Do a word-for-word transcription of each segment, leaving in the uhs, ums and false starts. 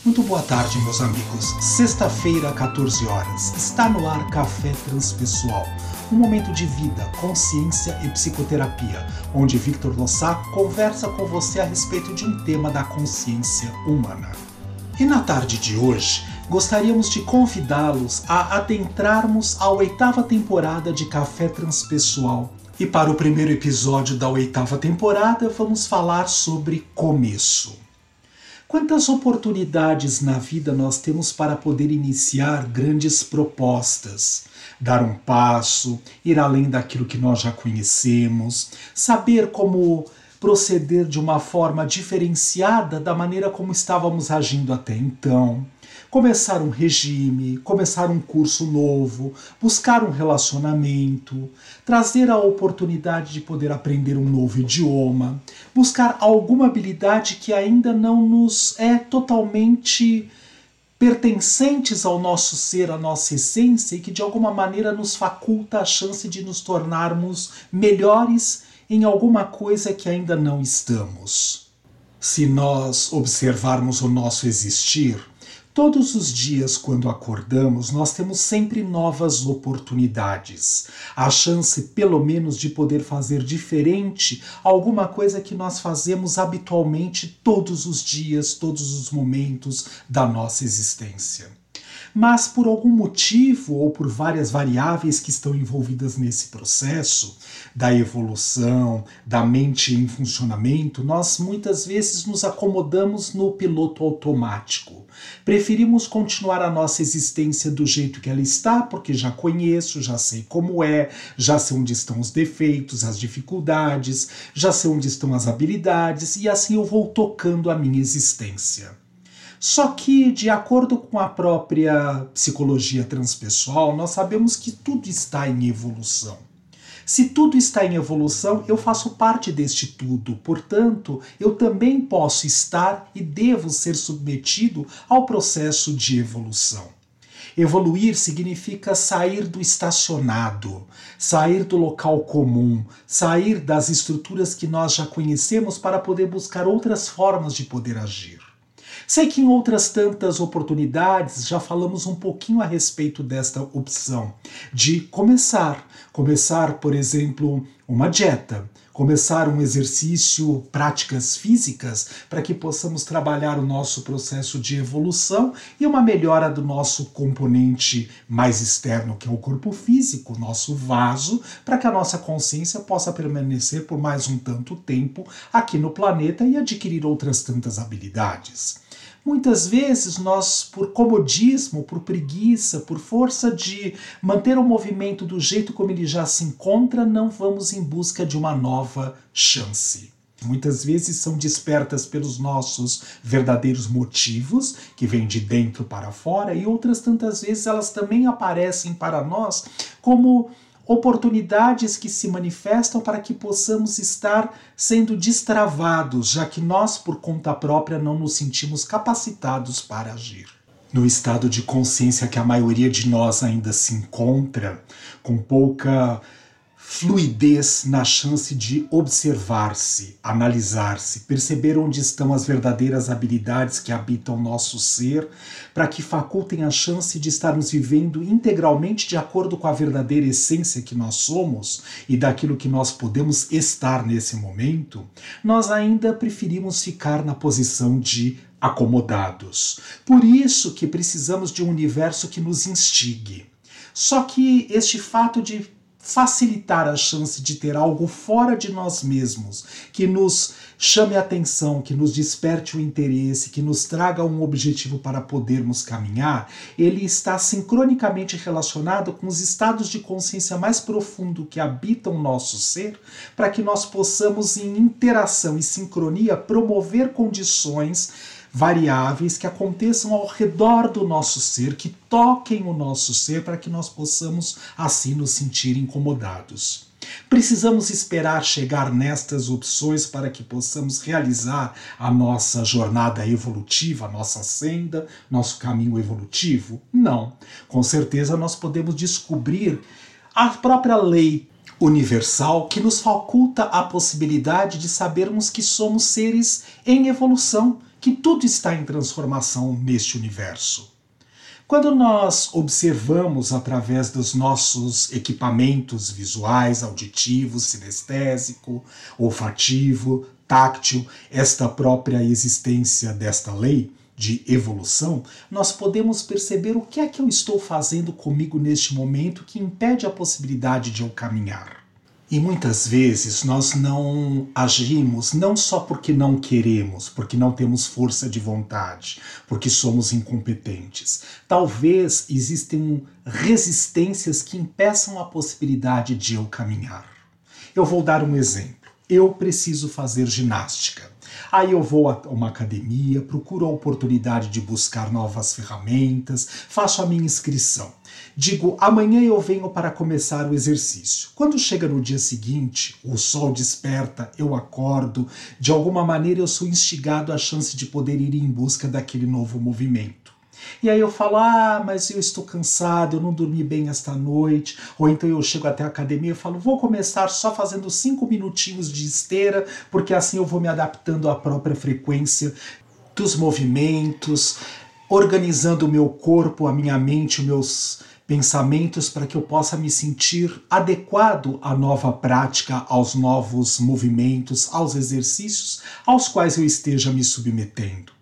Muito boa tarde, meus amigos. Sexta-feira, quatorze horas. Está no ar Café Transpessoal. Um momento de vida, consciência e psicoterapia, onde Victor Lossac conversa com você a respeito de um tema da consciência humana. E na tarde de hoje, gostaríamos de convidá-los a adentrarmos à oitava temporada de Café Transpessoal. E para o primeiro episódio da oitava temporada, vamos falar sobre começo. Quantas oportunidades na vida nós temos para poder iniciar grandes propostas, dar um passo, ir além daquilo que nós já conhecemos, saber como proceder de uma forma diferenciada da maneira como estávamos agindo até então, começar um regime, começar um curso novo, buscar um relacionamento, trazer a oportunidade de poder aprender um novo idioma, buscar alguma habilidade que ainda não nos é totalmente pertencentes ao nosso ser, à nossa essência e que de alguma maneira nos faculta a chance de nos tornarmos melhores em alguma coisa que ainda não estamos. Se nós observarmos o nosso existir, todos os dias, quando acordamos, nós temos sempre novas oportunidades. A chance, pelo menos, de poder fazer diferente alguma coisa que nós fazemos habitualmente todos os dias, todos os momentos da nossa existência. Mas por algum motivo ou por várias variáveis que estão envolvidas nesse processo da evolução, da mente em funcionamento, nós muitas vezes nos acomodamos no piloto automático. Preferimos continuar a nossa existência do jeito que ela está, porque já conheço, já sei como é, já sei onde estão os defeitos, as dificuldades, já sei onde estão as habilidades, e assim eu vou tocando a minha existência. Só que, de acordo com a própria psicologia transpessoal, nós sabemos que tudo está em evolução. Se tudo está em evolução, eu faço parte deste tudo, portanto, eu também posso estar e devo ser submetido ao processo de evolução. Evoluir significa sair do estacionado, sair do local comum, sair das estruturas que nós já conhecemos para poder buscar outras formas de poder agir. Sei que em outras tantas oportunidades já falamos um pouquinho a respeito desta opção de começar. Começar, por exemplo, uma dieta, começar um exercício, práticas físicas, para que possamos trabalhar o nosso processo de evolução e uma melhora do nosso componente mais externo, que é o corpo físico, o nosso vaso, para que a nossa consciência possa permanecer por mais um tanto tempo aqui no planeta e adquirir outras tantas habilidades. Muitas vezes nós, por comodismo, por preguiça, por força de manter o movimento do jeito como ele já se encontra, não vamos em busca de uma nova chance. Muitas vezes são despertas pelos nossos verdadeiros motivos, que vêm de dentro para fora, e outras tantas vezes elas também aparecem para nós como oportunidades que se manifestam para que possamos estar sendo destravados, já que nós, por conta própria, não nos sentimos capacitados para agir. No estado de consciência que a maioria de nós ainda se encontra, com pouca fluidez na chance de observar-se, analisar-se, perceber onde estão as verdadeiras habilidades que habitam o nosso ser, para que facultem a chance de estarmos vivendo integralmente de acordo com a verdadeira essência que nós somos e daquilo que nós podemos estar nesse momento, nós ainda preferimos ficar na posição de acomodados. Por isso que precisamos de um universo que nos instigue. Só que este fato de facilitar a chance de ter algo fora de nós mesmos, que nos chame a atenção, que nos desperte o interesse, que nos traga um objetivo para podermos caminhar, ele está sincronicamente relacionado com os estados de consciência mais profundo que habitam o nosso ser, para que nós possamos, em interação e sincronia, promover condições variáveis que aconteçam ao redor do nosso ser, que toquem o nosso ser para que nós possamos assim nos sentir incomodados. Precisamos esperar chegar nestas opções para que possamos realizar a nossa jornada evolutiva, a nossa senda, nosso caminho evolutivo? Não. Com certeza nós podemos descobrir a própria lei, universal que nos faculta a possibilidade de sabermos que somos seres em evolução, que tudo está em transformação neste universo. Quando nós observamos através dos nossos equipamentos visuais, auditivos, sinestésico, olfativo, táctil, esta própria existência desta lei de evolução, nós podemos perceber o que é que eu estou fazendo comigo neste momento que impede a possibilidade de eu caminhar. E muitas vezes nós não agimos não só porque não queremos, porque não temos força de vontade, porque somos incompetentes. Talvez existam resistências que impeçam a possibilidade de eu caminhar. Eu vou dar um exemplo. Eu preciso fazer ginástica. Aí eu vou a uma academia, procuro a oportunidade de buscar novas ferramentas, faço a minha inscrição. Digo, amanhã eu venho para começar o exercício. Quando chega no dia seguinte, o sol desperta, eu acordo, de alguma maneira eu sou instigado à chance de poder ir em busca daquele novo movimento. E aí eu falo, ah, mas eu estou cansado, eu não dormi bem esta noite. Ou então eu chego até a academia e falo, vou começar só fazendo cinco minutinhos de esteira, porque assim eu vou me adaptando à própria frequência dos movimentos, organizando o meu corpo, a minha mente, os meus pensamentos para que eu possa me sentir adequado à nova prática, aos novos movimentos, aos exercícios aos quais eu esteja me submetendo.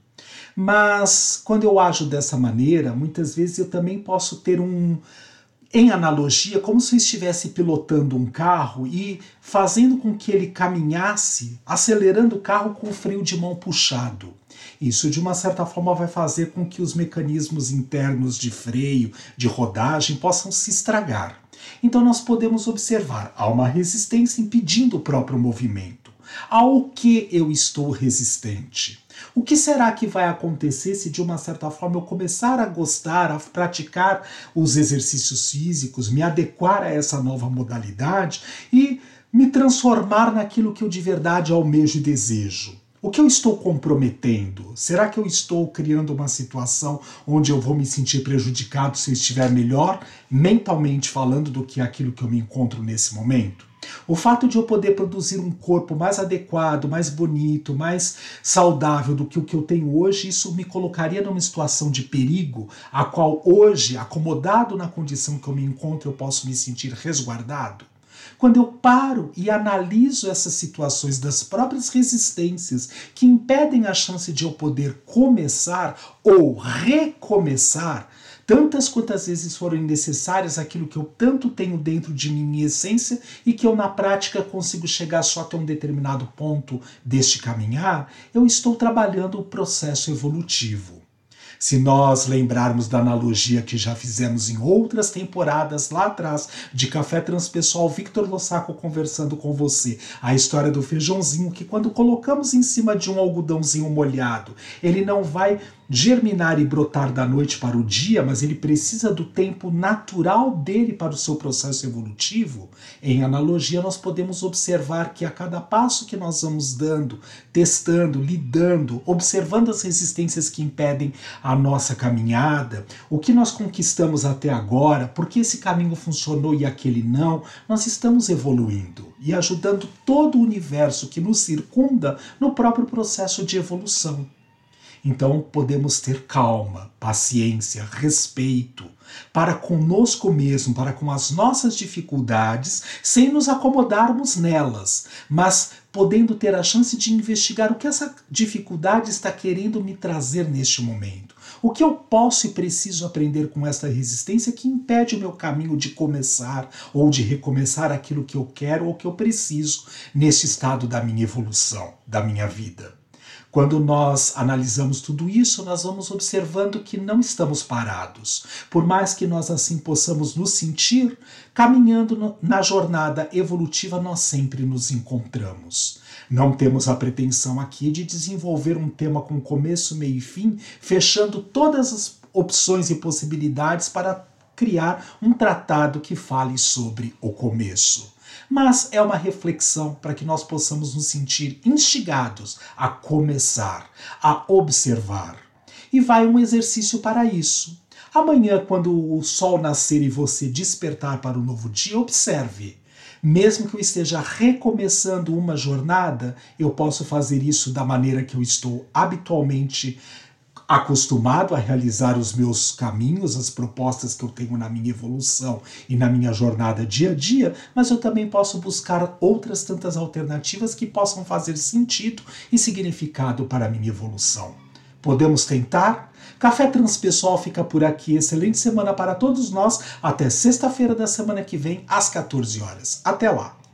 Mas quando eu ajo dessa maneira, muitas vezes eu também posso ter um, em analogia, como se eu estivesse pilotando um carro e fazendo com que ele caminhasse, acelerando o carro com o freio de mão puxado. Isso, de uma certa forma, vai fazer com que os mecanismos internos de freio, de rodagem, possam se estragar. Então nós podemos observar, há uma resistência impedindo o próprio movimento. Ao que eu estou resistente? O que será que vai acontecer se de uma certa forma eu começar a gostar, a praticar os exercícios físicos, me adequar a essa nova modalidade e me transformar naquilo que eu de verdade almejo e desejo? O que eu estou comprometendo? Será que eu estou criando uma situação onde eu vou me sentir prejudicado se eu estiver melhor, mentalmente falando, do que aquilo que eu me encontro nesse momento? O fato de eu poder produzir um corpo mais adequado, mais bonito, mais saudável do que o que eu tenho hoje, isso me colocaria numa situação de perigo, a qual hoje, acomodado na condição que eu me encontro, eu posso me sentir resguardado? Quando eu paro e analiso essas situações das próprias resistências que impedem a chance de eu poder começar ou recomeçar, tantas quantas vezes forem necessárias aquilo que eu tanto tenho dentro de mim, minha essência, e que eu na prática consigo chegar só até um determinado ponto deste caminhar, eu estou trabalhando o processo evolutivo. Se nós lembrarmos da analogia que já fizemos em outras temporadas lá atrás, de Café Transpessoal, Victor Lossaco conversando com você, a história do feijãozinho, que quando colocamos em cima de um algodãozinho molhado, ele não vai germinar e brotar da noite para o dia, mas ele precisa do tempo natural dele para o seu processo evolutivo. Em analogia, nós podemos observar que a cada passo que nós vamos dando, testando, lidando, observando as resistências que impedem a nossa caminhada, o que nós conquistamos até agora, porque esse caminho funcionou e aquele não, nós estamos evoluindo e ajudando todo o universo que nos circunda no próprio processo de evolução. Então podemos ter calma, paciência, respeito para conosco mesmo, para com as nossas dificuldades, sem nos acomodarmos nelas, mas podendo ter a chance de investigar o que essa dificuldade está querendo me trazer neste momento. O que eu posso e preciso aprender com esta resistência que impede o meu caminho de começar ou de recomeçar aquilo que eu quero ou que eu preciso nesse estado da minha evolução, da minha vida. Quando nós analisamos tudo isso, nós vamos observando que não estamos parados. Por mais que nós assim possamos nos sentir, caminhando no, na jornada evolutiva, nós sempre nos encontramos. Não temos a pretensão aqui de desenvolver um tema com começo, meio e fim, fechando todas as opções e possibilidades para criar um tratado que fale sobre o começo. Mas é uma reflexão para que nós possamos nos sentir instigados a começar, a observar. E vai um exercício para isso. Amanhã, quando o sol nascer e você despertar para o novo dia, observe. Mesmo que eu esteja recomeçando uma jornada, eu posso fazer isso da maneira que eu estou habitualmente acostumado a realizar os meus caminhos, as propostas que eu tenho na minha evolução e na minha jornada dia a dia, mas eu também posso buscar outras tantas alternativas que possam fazer sentido e significado para a minha evolução. Podemos tentar? Café Transpessoal fica por aqui. Excelente semana para todos nós. Até sexta-feira da semana que vem, às quatorze horas. Até lá!